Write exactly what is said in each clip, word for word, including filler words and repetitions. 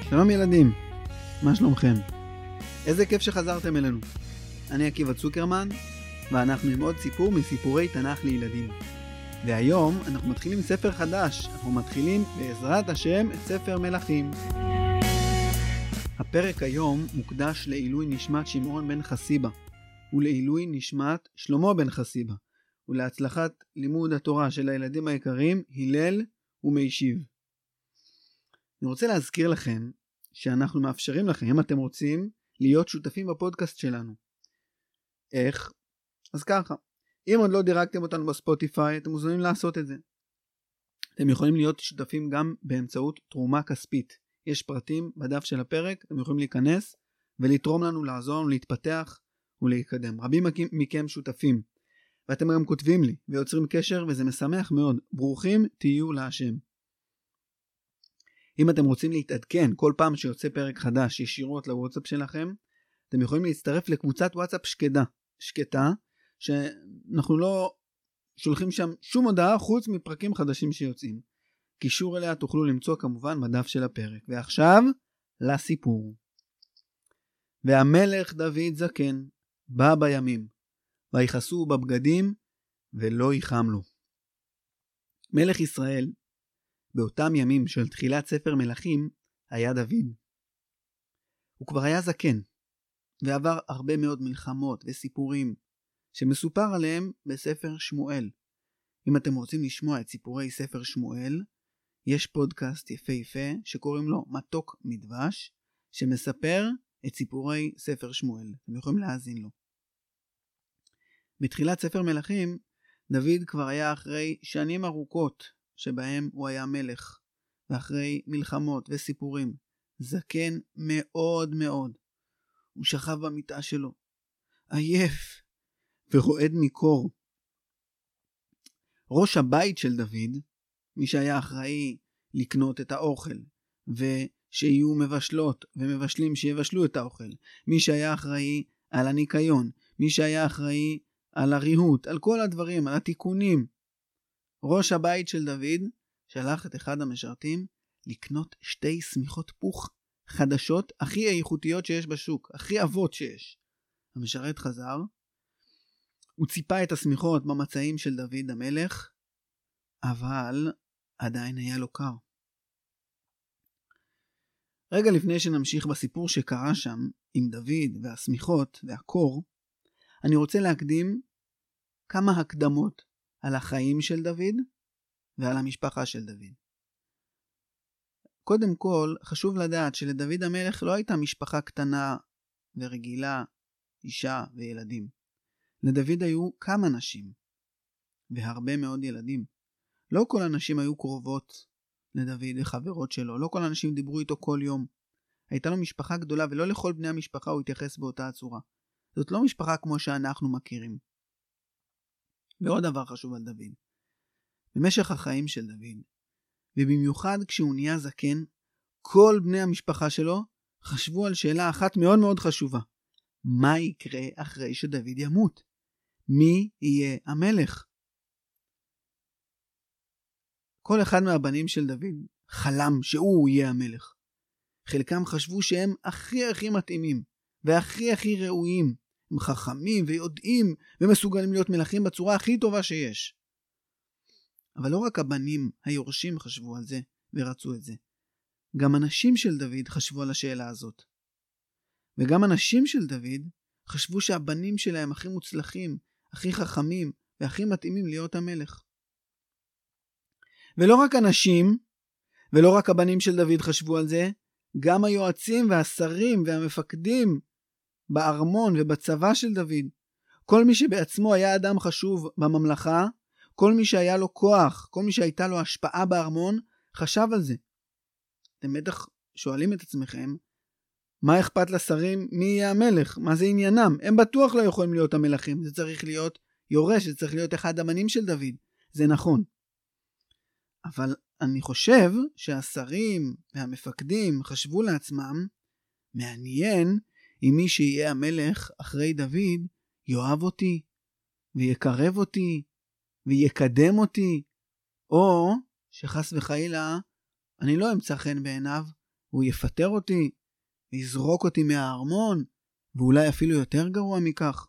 שלום ילדים, מה שלומכם? איזה כיף שחזרתם אלינו. אני עקיבא צוקרמן, ואנחנו עם עוד סיפור מסיפורי תנ"ך לילדים. והיום אנחנו מתחילים ספר חדש, אנחנו מתחילים בעזרת השם את ספר מלכים. הפרק היום מוקדש לעילוי נשמת שמעון בן חסיבה, ולעילוי נשמת שלמה בן חסיבה, ולהצלחת לימוד התורה של הילדים היקרים הלל ומיישיב. אני רוצה להזכיר לכם שאנחנו מאפשרים לכם, אם אתם רוצים, להיות שותפים בפודקאסט שלנו. איך? אז ככה, אם עוד לא דירגתם אותנו בספוטיפיי, אתם מוזמנים לעשות את זה. אתם יכולים להיות שותפים גם באמצעות תרומה כספית. יש פרטים בדף של הפרק, אתם יכולים להיכנס ולתרום לנו, לעזור לנו להתפתח ולהתקדם. רבים מכם שותפים, ואתם גם כותבים לי ויוצרים קשר, וזה משמח מאוד. ברוכים תהיו להשם. אם אתם רוצים להתעדכן כל פעם שיוצא פרק חדש ישירות לוואטסאפ שלכם, אתם יכולים להצטרף לקבוצת וואטסאפ שקטה, שקטה, שאנחנו לא שולחים שם שום הודעה חוץ מפרקים חדשים שיוצאים. קישור אליה תוכלו למצוא כמובן בדף של הפרק. ועכשיו לסיפור. והמלך דוד זקן בא בימים, ויכסו בבגדים ולא יחם לו. מלך ישראל באותם ימים של תחילת ספר מלכים היה דוד. הוא כבר היה זקן, ועבר הרבה מאוד מלחמות וסיפורים שמסופר עליהם בספר שמואל. אם אתם רוצים לשמוע את סיפורי ספר שמואל, יש פודקאסט יפהפה שקוראים לו מתוק מדבש, שמספר את סיפורי ספר שמואל. אתם יכולים להאזין לו. בתחילת ספר מלכים, דוד כבר היה אחרי שנים ארוכות שבהם הוא היה מלך, ואחרי מלחמות וסיפורים, זקן מאוד מאוד. הוא שכב במיטה שלו, עייף ורועד מקור. ראש הבית של דוד, מי שהיה אחראי לקנות את האוכל, ושיהיו מבשלות ומבשלים שיבשלו את האוכל, מי שהיה אחראי על הניקיון, מי שהיה אחראי על הריהוט, על כל הדברים, על התיקונים, ראש הבית של דוד שלח את אחד המשרתים לקנות שתי סמיכות פוך חדשות, הכי איכותיות שיש בשוק, הכי אבות שיש. המשרת חזר, הוא ציפה את הסמיכות במצעים של דוד המלך, אבל עדיין היה לו קר. רגע לפני שנמשיך בסיפור שקרה שם עם דוד והסמיכות והקור, אני רוצה להקדים כמה הקדמות על החיים של דוד ועל המשפחה של דוד. קודם כל, חשוב לדעת שלדוד המלך לא הייתה משפחה קטנה ורגילה, אישה וילדים. לדוד היו כמה נשים, והרבה מאוד ילדים. לא כל הנשים היו קרובות לדוד וחברות שלו, לא כל הנשים דיברו איתו כל יום. הייתה לו משפחה גדולה, ולא לכל בני המשפחה הוא התייחס באותה הצורה. זאת לא משפחה כמו שאנחנו מכירים. ועוד דבר חשוב על דוד. במשך החיים של דוד, ובמיוחד כשהוא נהיה זקן, כל בני המשפחה שלו חשבו על שאלה אחת מאוד מאוד חשובה. מה יקרה אחרי שדוד ימות? מי יהיה המלך? כל אחד מהבנים של דוד חלם שהוא יהיה המלך. חלקם חשבו שהם הכי הכי מתאימים, והכי הכי ראויים. הם חכמים ויודעים ומסוגלים להיות מלכים בצורה הכי טובה שיש. אבל לא רק הבנים היורשים חשבו על זה ורצו את זה. גם הנשים של דוד חשבו על השאלה הזאת. וגם הנשים של דוד חשבו שהבנים שלהם הכי מוצלחים, הכי חכמים והכי מתאימים להיות המלך. ולא רק הנשים ולא רק הבנים של דוד חשבו על זה, גם היועצים והשרים והמפקדים בארמון ובצבא של דוד, כל מי שבעצמו היה אדם חשוב בממלכה, כל מי שהיה לו כוח, כל מי שהייתה לו השפעה בארמון, חשב על זה. אתם בטח שואלים את עצמכם, מה אכפת לשרים מי יהיה המלך? מה זה עניינם? הם בטוח לא יכולים להיות המלכים, זה צריך להיות יורש, זה צריך להיות אחד הבנים של דוד. זה נכון. אבל אני חושב שהשרים והמפקדים חשבו לעצמם, מעניין אם מי שיהיה המלך אחרי דוד יאהב אותי ויקרב אותי ויקדם אותי, או שחס וחלילה אני לא אמצא חן בעיניו הוא יפטר אותי, ויזרוק אותי מהארמון, ואולי אפילו יותר גרוע מכך.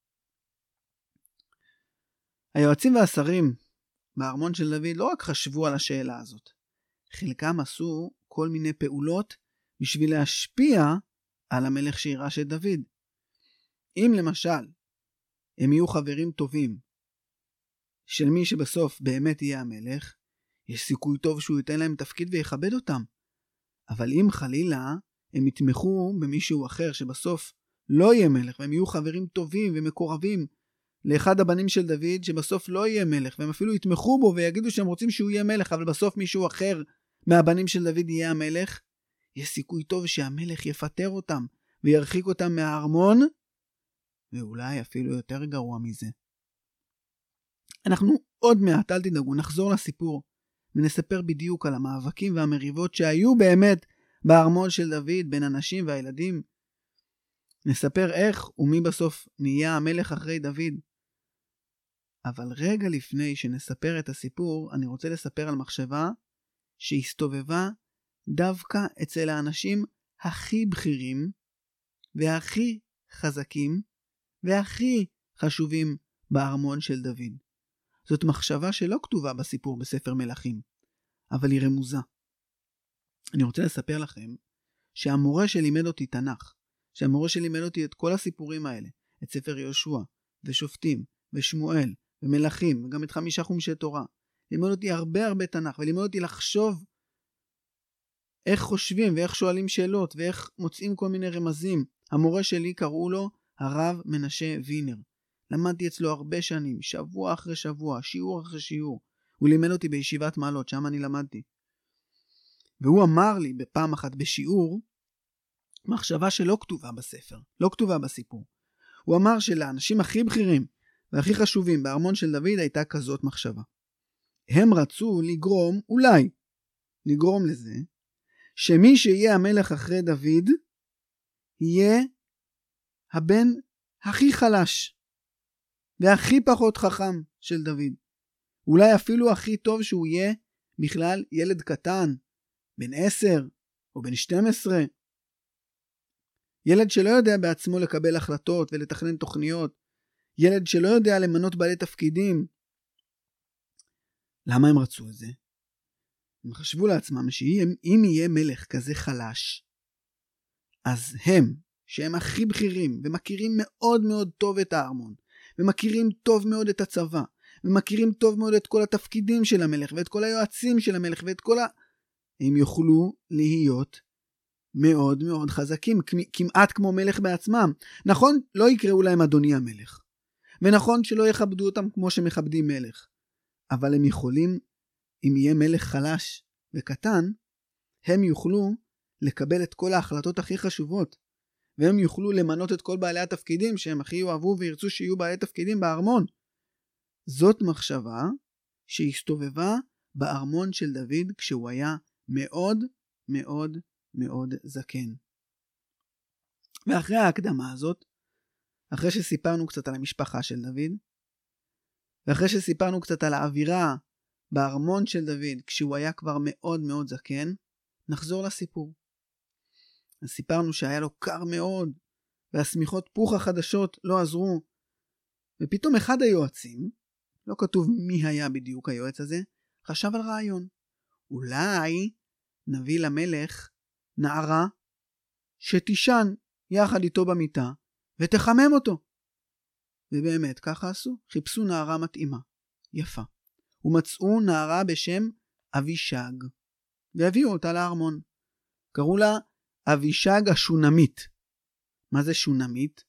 היועצים והשרים בארמון של דוד לא רק חשבו על השאלה הזאת, חלקם עשו כל מיני פעולות בשביל להשפיע על המלך שירש את דוד. אם למשל הם יהיו חברים טובים של מי שבסוף באמת יהיה המלך, יש סיכוי טוב שהוא ייתן להם תפקיד ויכבד אותם. אבל אם חלילה הם יתמכו במישהו אחר שבסוף לא יהיה מלך, והם יהיו חברים טובים ומקורבים לאחד הבנים של דוד שבסוף לא יהיה מלך, והם אפילו יתמכו בו ויגידו שהם רוצים שהוא יהיה מלך, אבל בסוף מישהו אחר מהבנים של דוד יהיה המלך, יש סיכוי טוב שהמלך יפטר אותם וירחיק אותם מהארמון, ואולי אפילו יותר גרוע מזה. אנחנו עוד מעט, אל תדאגו, נחזור לסיפור ונספר בדיוק על המאבקים והמריבות שהיו באמת בארמון של דוד בין הנשים והילדים. נספר איך ומי בסוף נהיה המלך אחרי דוד. אבל רגע לפני שנספר את הסיפור, אני רוצה לספר על מחשבה שהסתובבה דווקא אצל האנשים הכי בכירים והכי חזקים והכי חשובים בארמון של דוד. זאת מחשבה שלא כתובה בסיפור בספר מלכים, אבל היא רמוזה. אני רוצה לספר לכם שהמורה שלימד אותי תנ"ך, שהמורה שלימד אותי את כל הסיפורים האלה, את ספר יהושע ושופטים ושמואל ומלכים וגם את חמישה חומשי תורה, לימד אותי הרבה הרבה תנ"ך ולימד אותי לחשוב איך חושבים ואיך שואלים שאלות ואיך מוצאים כל מיני רמזים. המורה שלי קראו לו הרב מנשה וינר. למדתי אצלו הרבה שנים, שבוע אחרי שבוע, שיעור אחרי שיעור. הוא לימד אותי בישיבת מעלות, שם אני למדתי. והוא אמר לי בפעם אחת בשיעור, מחשבה שלא כתובה בספר, לא כתובה בסיפור. הוא אמר שלאנשים הכי בכירים והכי חשובים בארמון של דוד הייתה כזאת מחשבה. הם רצו לגרום, אולי, לגרום לזה, שמי שיהיה המלך אחרי דוד, יהיה הבן הכי חלש, והכי פחות חכם של דוד. אולי אפילו הכי טוב שהוא יהיה בכלל ילד קטן, בן עשר או בן שתים עשרה. ילד שלא יודע בעצמו לקבל החלטות ולתכנן תוכניות. ילד שלא יודע למנות בעלי תפקידים. למה הם רצו את זה? הם חשבו לעצמם שאם יהיה מלך כזה חלש, אז הם, שהם הכי בכירים ומכירים מאוד מאוד טוב את הארמון, ומכירים טוב מאוד את הצבא, ומכירים טוב מאוד את כל התפקידים של המלך, ואת כל היועצים של המלך, ואת כל ה... הם יוכלו להיות מאוד מאוד חזקים, כמעט כמו מלך בעצמם. נכון, לא יקראו להם אדוני המלך, ונכון שלא יכבדו אותם כמו שמכבדים מלך, אבל הם יכולים, אם יהיה מלך חלש וקטן, הם יוכלו לקבל את כל ההחלטות הכי חשובות, והם יוכלו למנות את כל בעלי התפקידים שהם הכי אוהבו וירצו שיהיו בעלי תפקידים בארמון. זאת מחשבה שהסתובבה בארמון של דוד כשהוא היה מאוד מאוד מאוד זקן. ואחרי ההקדמה הזאת, אחרי שסיפרנו קצת על המשפחה של דוד, ואחרי שסיפרנו קצת על האווירה בארמון של דוד כשהוא היה כבר מאוד מאוד זקן, נחזור לסיפור. אז סיפרנו שהיה לו קר מאוד, והסמיכות פוך החדשות לא עזרו, ופתאום אחד היועצים, לא כתוב מי היה בדיוק היועץ הזה, חשב על רעיון. אולי נביא למלך נערה שתישן יחד איתו במיטה ותחמם אותו. ובאמת ככה עשו, חיפשו נערה מתאימה, יפה, ומצאו נערה בשם אבישג, והביאו אותה לארמון. קראו לה אבישג השונמית. מה זה שונמית?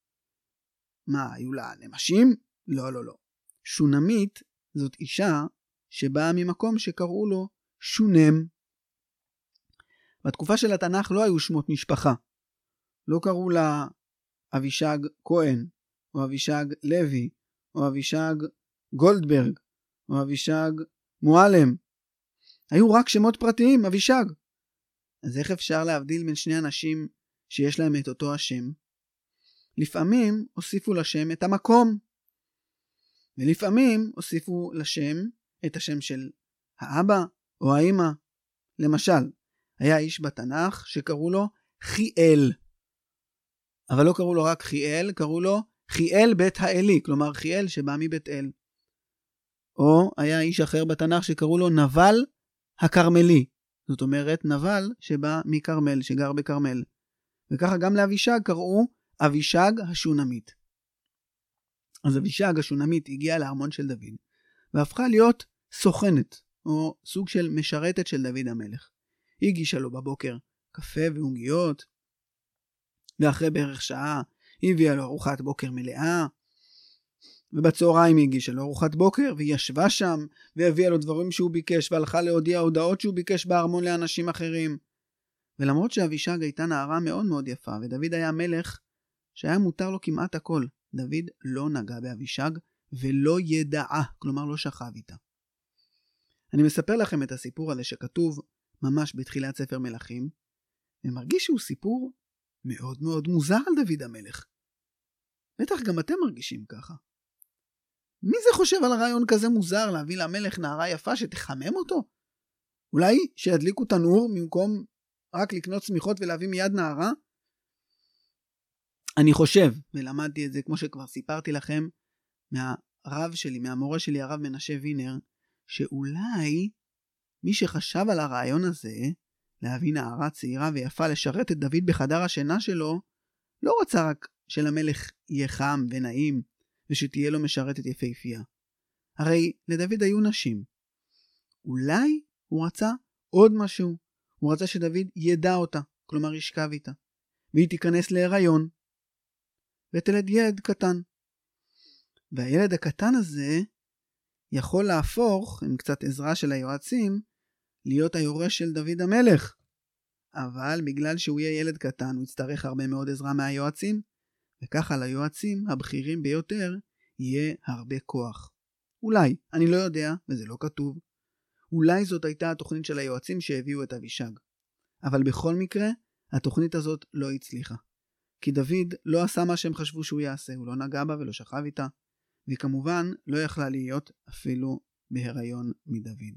מה, היו לה נמשים? לא, לא, לא. שונמית זאת אישה שבאה ממקום שקראו לו שונם. בתקופה של התנ"ך לא היו שמות משפחה. לא קראו לה אבישג כהן, או אבישג לוי, או אבישג גולדברג, או אבישג מועלם. היו רק שמות פרטיים, אבישג. אז איך אפשר להבדיל בין שני אנשים שיש להם את אותו השם? לפעמים הוסיפו לשם את המקום, ולפעמים הוסיפו לשם את השם של האבא או האמא. למשל, היה איש בתנ"ך שקראו לו חיאל. אבל לא קראו לו רק חיאל, קראו לו חיאל בית האלי, כלומר חיאל שבא מבית אל. או היה איש אחר בתנ"ך שקראו לו נבל הכרמלי. זאת אומרת נבל שבא מקרמל, שגר בקרמל. וככה גם לאבישג קראו אבישג השונמית. אז אבישג השונמית הגיעה לארמון של דוד, והפכה להיות סוכנת, או סוג של משרתת של דוד המלך. היא הגישה לו בבוקר קפה ועוגיות, ואחרי בערך שעה היא הביאה לו ארוחת בוקר מלאה, ובצהריים היא הגישה לו ארוחת בוקר, והיא ישבה שם, והביאה לו דברים שהוא ביקש, והלכה להודיע הודעות שהוא ביקש בארמון לאנשים אחרים. ולמרות שאבישג הייתה נערה מאוד מאוד יפה, ודוד היה מלך שהיה מותר לו כמעט הכל, דוד לא נגע באבישג, ולא ידעה, כלומר לא שכב איתה. אני מספר לכם את הסיפור הזה שכתוב ממש בתחילת ספר מלכים, ומרגיש שהוא סיפור מאוד מאוד מוזר על דוד המלך. בטח גם אתם מרגישים ככה. מי זה חושב על רעיון כזה מוזר להביא למלך נערה יפה שתחמם אותו? אולי שידליקו תנור במקום רק לקנות צמיחות ולהביא מיד נערה? אני חושב, ולמדתי את זה כמו שכבר סיפרתי לכם, מהרב שלי, מהמורה שלי, הרב מנשה וינר, שאולי מי שחשב על הרעיון הזה, להביא נערה צעירה ויפה לשרת את דוד בחדר השינה שלו, לא רצה רק שלמלך יהיה חם ונעים, ושתהיה לו משרתת יפהפייה. הרי לדוד היו נשים. אולי הוא רצה עוד משהו. הוא רצה שדוד ידע אותה, כלומר ישכב איתה, והיא תיכנס להיריון, ותלד ילד קטן. והילד הקטן הזה יכול להפוך, עם קצת עזרה של היועצים, להיות היורש של דוד המלך. אבל בגלל שהוא יהיה ילד קטן, הוא יצטרך הרבה מאוד עזרה מהיועצים, וככה ליועצים הבכירים ביותר יהיה הרבה כוח. אולי, אני לא יודע, וזה לא כתוב, אולי זאת הייתה התוכנית של היועצים שהביאו את אבישג. אבל בכל מקרה, התוכנית הזאת לא הצליחה. כי דוד לא עשה מה שהם חשבו שהוא יעשה, הוא לא נגע בה ולא שכב איתה, וכמובן לא יכלה להיות אפילו בהיריון מדוד.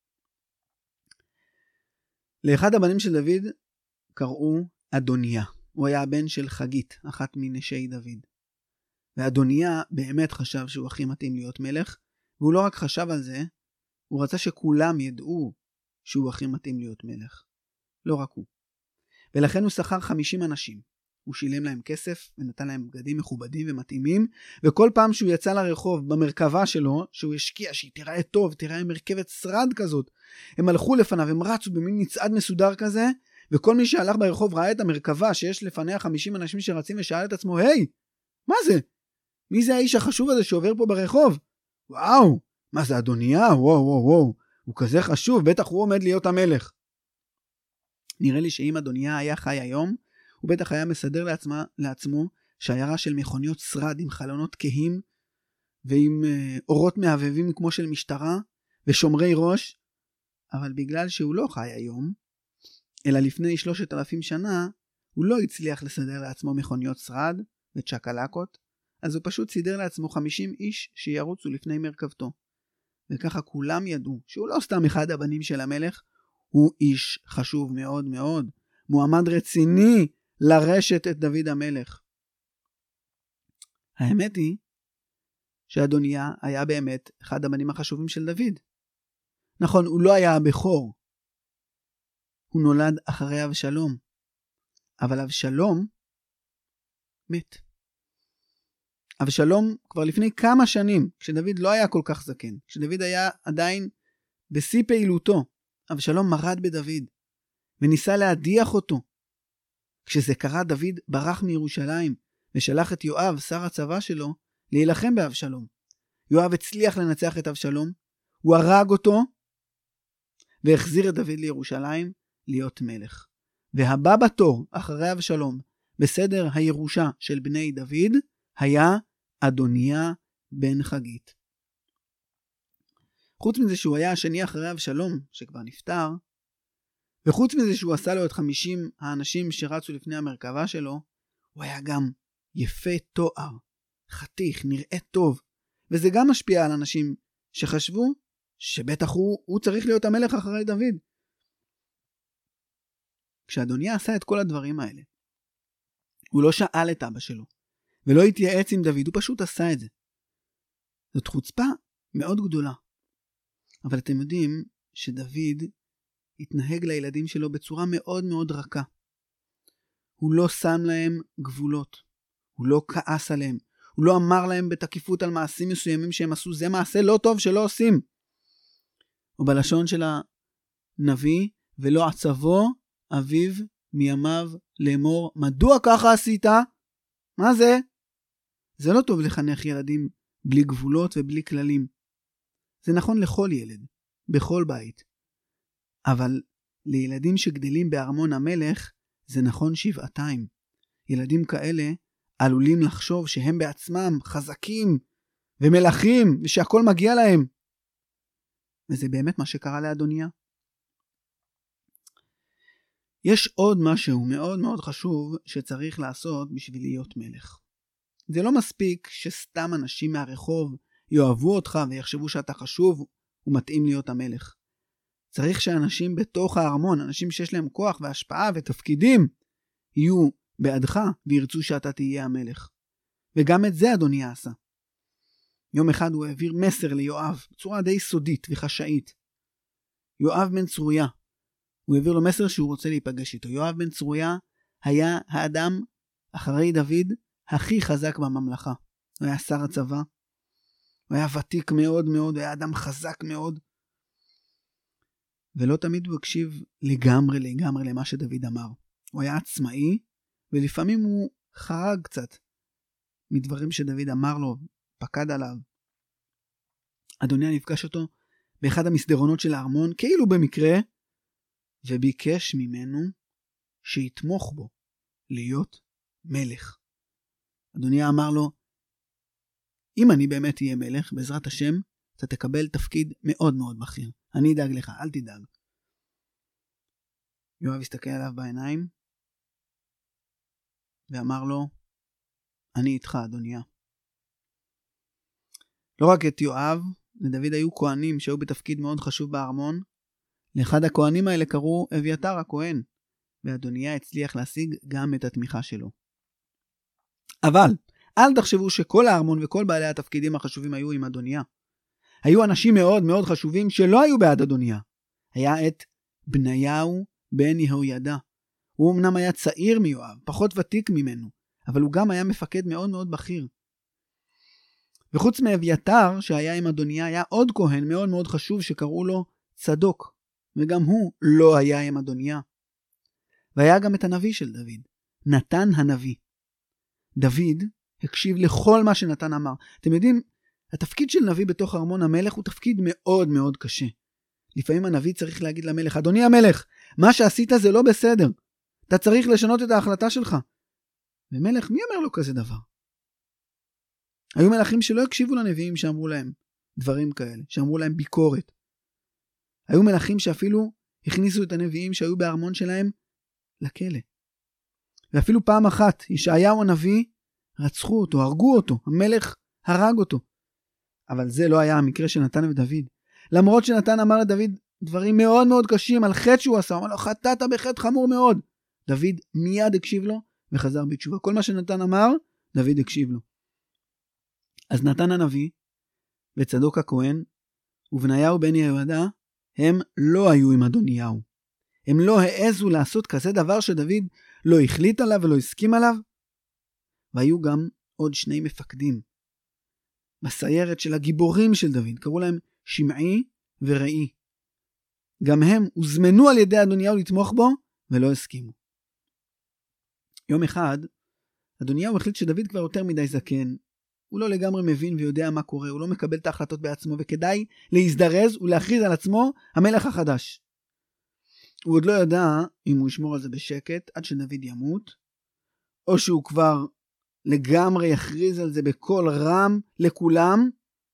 לאחד הבנים של דוד קראו אדוניה. הוא היה הבן של חגית, אחת מנשי דוד. ואדוניה באמת חשב שהוא הכי מתאים להיות מלך, והוא לא רק חשב על זה, הוא רצה שכולם ידעו שהוא הכי מתאים להיות מלך. לא רק הוא. ולכן הוא שכר חמישים אנשים. הוא שילם להם כסף ונתן להם בגדים מכובדים ומתאימים, וכל פעם שהוא יצא לרחוב במרכבה שלו, שהוא השקיע שהיא תראה טוב, תראה מרכבת שרד כזאת, הם הלכו לפניו, הם רצו במין מצעד מסודר כזה, וכל מי שהלך ברחוב ראה את המרכבה שיש לפניה חמישים אנשים שרצים ושאל את עצמו, היי, מה זה? מי זה האיש החשוב הזה שעובר פה ברחוב? וואו, מה זה אדוניה? וואו וואו וואו, הוא כזה חשוב, בטח הוא עומד להיות המלך. נראה לי שאם אדוניה היה חי היום, הוא בטח היה מסדר לעצמה, לעצמו שיירה של מכוניות שרד עם חלונות כהים ועם אה, אורות מהבהבים כמו של משטרה ושומרי ראש, אבל בגלל שהוא לא חי היום, אלא לפני שלושת אלפים שנה, הוא לא הצליח לסדר לעצמו מכוניות שרד וצ'קלקות, אז הוא פשוט סידר לעצמו חמישים איש שירוצו לפני מרכבתו. וככה כולם ידעו שהוא לא סתם אחד הבנים של המלך, הוא איש חשוב מאוד מאוד, מועמד רציני לרשת את דוד המלך. האמת היא שאדוניה היה באמת אחד הבנים החשובים של דוד. נכון, הוא לא היה הבכור. הוא נולד אחרי אבשלום. אבל אבשלום מת. אבשלום כבר לפני כמה שנים, כשדוד לא היה כל כך זקן, כשדוד היה עדיין בשיא פעילותו, אבשלום מרד בדוד וניסה להדיח אותו. כשזה קרה, דוד ברח מירושלים ושלח את יואב, שר הצבא שלו, להילחם באבשלום. יואב הצליח לנצח את אבשלום, הוא הרג אותו והחזיר את דוד לירושלים להיות מלך. והבא בתור אחרי אבשלום בסדר הירושה של בני דוד היה אדוניה בן חגית. חוץ מזה שהוא היה השני אחרי אבשלום שכבר נפטר, וחוץ מזה שהוא עשה לו את חמישים האנשים שרצו לפני המרכבה שלו, הוא היה גם יפה תואר, חתיך, נראה טוב, וזה גם משפיע על אנשים שחשבו שבטח הוא, הוא צריך להיות המלך אחרי דוד. כשאדוניה עשה את כל הדברים האלה, הוא לא שאל את אבא שלו, ולא התייעץ עם דוד, הוא פשוט עשה את זה. זאת חוצפה מאוד גדולה. אבל אתם יודעים שדוד התנהג לילדים שלו בצורה מאוד מאוד רכה. הוא לא שם להם גבולות. הוא לא כעס עליהם. הוא לא אמר להם בתקיפות על מעשים מסוימים שהם עשו. זה מעשה לא טוב שלא עושים. או בלשון של הנביא, ולא עצבו אביו מימיו לאמור, מדוע ככה עשית? מה זה? זה לא טוב לחנך ילדים בלי גבולות ובלי כללים. זה נכון לכל ילד, בכל בית. אבל לילדים שגדלים בארמון המלך, זה נכון שבעתיים. ילדים כאלה עלולים לחשוב שהם בעצמם חזקים ומלכים ושהכל מגיע להם. וזה באמת מה שקרה לאדוניה. יש עוד משהו מאוד מאוד חשוב שצריך לעשות בשביל להיות מלך. זה לא מספיק שסתם אנשים מהרחוב יאהבו אותך ויחשבו שאתה חשוב ומתאים להיות המלך. צריך שאנשים בתוך הארמון, אנשים שיש להם כוח והשפעה ותפקידים, יהיו בעדך וירצו שאתה תהיה המלך. וגם את זה אדוניה עשה. יום אחד הוא העביר מסר ליואב בצורה די סודית וחשאית. יואב בן צרויה, הוא העביר לו מסר שהוא רוצה להיפגש איתו. יואב בן צרויה היה האדם אחרי דוד הכי חזק בממלכה. הוא היה שר הצבא, הוא היה ותיק מאוד מאוד, הוא היה אדם חזק מאוד. ולא תמיד הוא הקשיב לגמרי לגמרי למה שדוד אמר. הוא היה עצמאי, ולפעמים הוא חרג קצת מדברים שדוד אמר לו, פקד עליו. אדוניה נפגש אותו באחד המסדרונות של הארמון, כאילו במקרה, וביקש ממנו שיתמוך בו להיות מלך. אדוניה אמר לו, אם אני באמת אהיה מלך, בעזרת השם, אתה תקבל תפקיד מאוד מאוד בכיר. אני אדאג לך, אל תדאג. יואב הסתכל עליו בעיניים, ואמר לו, אני איתך, אדוניה. לא רק את יואב, לדוד היו כהנים שהיו בתפקיד מאוד חשוב בארמון. לאחד הכהנים האלה קראו אביתר הכהן, ואדוניה הצליח להשיג גם את התמיכה שלו. אבל, אל תחשבו שכל הארמון וכל בעלי התפקידים החשובים היו עם אדוניה. היו אנשים מאוד מאוד חשובים שלא היו בעד אדוניה. היה את בניהו בן יהוידע. הוא אמנם היה צעיר מיואב, פחות ותיק ממנו, אבל הוא גם היה מפקד מאוד מאוד בכיר. וחוץ מאביתר שהיה עם אדוניה, היה עוד כהן מאוד מאוד חשוב שקראו לו צדוק, וגם הוא לא היה עם אדוניה. והיה גם את הנביא של דוד, נתן הנביא. דוד הקשיב לכל מה שנתן אמר. אתם יודעים, התפקיד של נביא בתוך ארמון המלך הוא תפקיד מאוד מאוד קשה. לפעמים הנביא צריך להגיד למלך, אדוני המלך, מה שעשית זה לא בסדר. אתה צריך לשנות את ההחלטה שלך. ומלך, מי אומר לו כזה דבר? היו מלכים שלא הקשיבו לנביאים שאמרו להם דברים כאלה, שאמרו להם ביקורת. היו מלכים שאפילו הכניסו את הנביאים שהיו בארמון שלהם לכלא. ואפילו פעם אחת, ישעיהו הנביא, רצחו אותו, הרגו אותו, המלך הרג אותו. אבל זה לא היה המקרה של נתן ודוד. למרות שנתן אמר לדוד דברים מאוד מאוד קשים על חטא שהוא עשה, הוא אמר לו, חטאת בחטא חמור מאוד. דוד מיד הקשיב לו וחזר בתשובה. כל מה שנתן אמר, דוד הקשיב לו. אז נתן הנביא וצדוק הכהן ובניהו בן יהוידע, הם לא היו עם אדוניהו. הם לא העזו לעשות כזה דבר שדוד לא החליט עליו ולא הסכים עליו. והיו גם עוד שני מפקדים בסיירת של הגיבורים של דוד, קראו להם שמעי וראי. גם הם הוזמנו על ידי אדוניהו לתמוך בו ולא הסכימו. יום אחד אדוניהו החליט שדוד כבר יותר מדי זקן, הוא לא לגמרי מבין ויודע מה קורה, הוא לא מקבל את ההחלטות בעצמו, וכדאי להזדרז ולהכריז על עצמו המלך החדש. הוא עוד לא ידע אם הוא ישמור על זה בשקט עד שדוד ימות, או שהוא כבר לגמרי יכריז על זה בקול רם לכולם,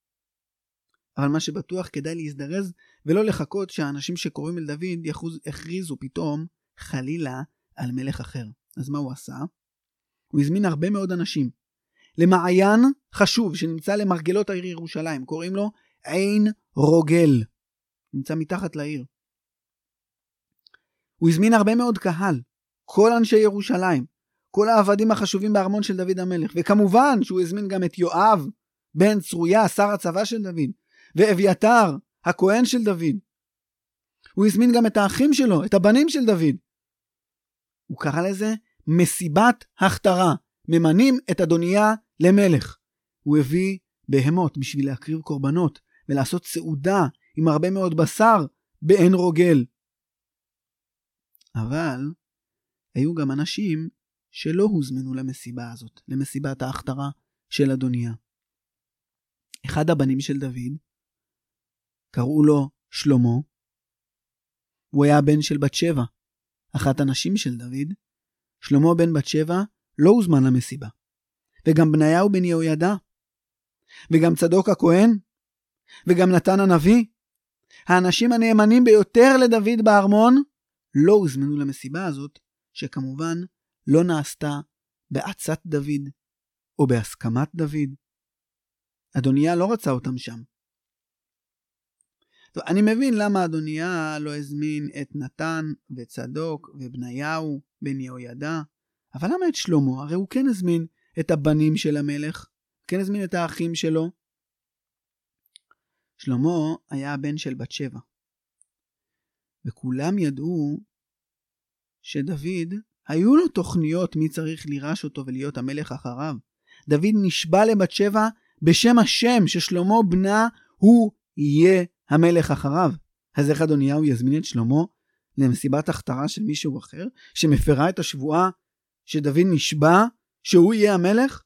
אבל מה שבטוח כדאי להזדרז ולא לחכות שהאנשים שקוראים אל דוד יכריזו פתאום חלילה על מלך אחר. אז מה הוא עשה? הוא הזמין הרבה מאוד אנשים למעיין חשוב שנמצא למרגלות העיר ירושלים, קוראים לו עין רוגל, נמצא מתחת לעיר. הוא הזמין הרבה מאוד קהל, כל אנשי ירושלים, כל העבדים החשובים בארמון של דוד המלך, וכמובן שהוא הזמין גם את יואב, בן צרויה, שר הצבא של דוד, ואביתר, הכהן של דוד. הוא הזמין גם את האחים שלו, את הבנים של דוד. הוא קרא לזה מסיבת הכתרה, ממנים את אדוניה למלך. הוא הביא בהמות בשביל להקריב קורבנות, ולעשות סעודה עם הרבה מאוד בשר בעין רוגל. אבל היו גם אנשים שלא הוזמנו למסיבה הזאת, למסיבת ההכתרה של אדוניה. אחד הבנים של דוד, קראו לו שלמה, הוא היה בן של בת שבע, אחת הנשים של דוד. שלמה בן בת שבע לא הוזמן למסיבה, וגם בניהו בן יהוידע, וגם צדוק הכהן, וגם נתן הנביא, האנשים הנאמנים ביותר לדוד בארמון, לא הוזמנו למסיבה הזאת, שכמובן לא נעשתה בעצת דוד, או בהסכמת דוד. אדוניה לא רצה אותם שם. טוב, אני מבין למה אדוניה לא הזמין את נתן וצדוק ובניהו בן יהוידע, אבל למה את שלמה? הרי הוא כן הזמין את הבנים של המלך, כן הזמין את האחים שלו. שלמה היה הבן של בת שבע, וכולם ידעו שדוד, היו לו תוכניות מי צריך לירש אותו ולהיות המלך אחריו. דוד נשבע לבת שבע בשם השם ששלמה בנה הוא יהיה המלך אחריו. אז איך אדוניהו יזמין את שלמה למסיבת הכתרה של מישהו אחר, שמפרה את השבועה שדוד נשבע שהוא יהיה המלך?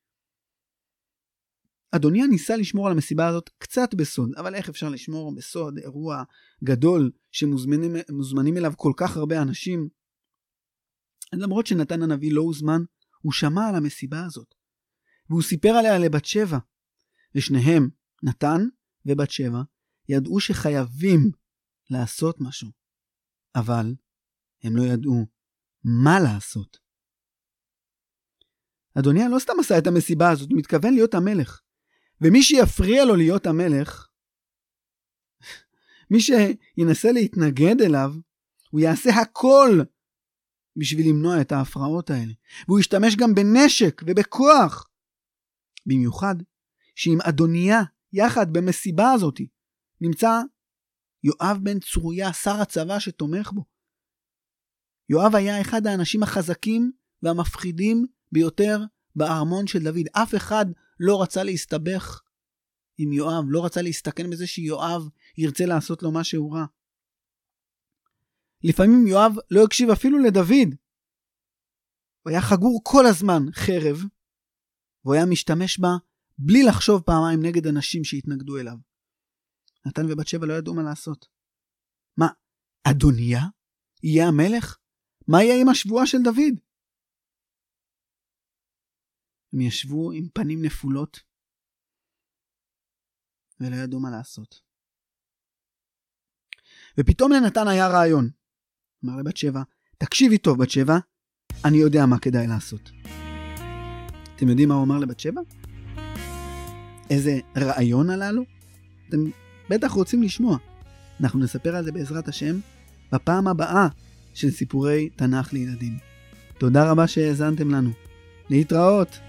אדוניה ניסה לשמור על המסיבה הזאת קצת בסוד, אבל איך אפשר לשמור בסוד אירוע גדול שמוזמנים מוזמנים אליו כל כך הרבה אנשים? למרות שנתן הנביא לא הוזמן, הוא שמע על המסיבה הזאת, והוא סיפר עליה לבת שבע, ושניהם, נתן ובת שבע, ידעו שחייבים לעשות משהו, אבל הם לא ידעו מה לעשות. אדוניה לא סתם עשה את המסיבה הזאת, הוא מתכוון להיות המלך, ומי שיפריע לו להיות המלך, מי שינסה להתנגד אליו, הוא יעשה הכל בשביל למנוע את ההפרעות האלה, והוא ישתמש גם בנשק ובכוח, במיוחד שאם אדוניה יחד במסיבה הזאת נמצא יואב בן צרויה, שר הצבא שתומך בו. יואב היה אחד האנשים החזקים והמפחידים ביותר בארמון של דוד. אף אחד לא רצה להסתבך עם יואב, לא רצה להסתכן בזה שיואב ירצה לעשות לו משהו רע. לפעמים יואב לא הקשיב אפילו לדוד. הוא היה חגור כל הזמן חרב, והוא היה משתמש בה בלי לחשוב פעמיים נגד אנשים שהתנגדו אליו. נתן ובת שבע לא ידעו מה לעשות. מה, אדוניה יהיה המלך? מה יהיה עם השבועה של דוד? הם ישבו עם פנים נפולות ולא ידעו מה לעשות. ופתאום לנתן היה רעיון. אמר לבת שבע, תקשיבי טוב בת שבע, אני יודע מה כדאי לעשות. אתם יודעים מה הוא אמר לבת שבע? איזה רעיון עלה לו? אתם בטח רוצים לשמוע. אנחנו נספר על זה בעזרת השם בפעם הבאה של סיפורי תנ"ך לילדים. תודה רבה שהאזנתם לנו. להתראות.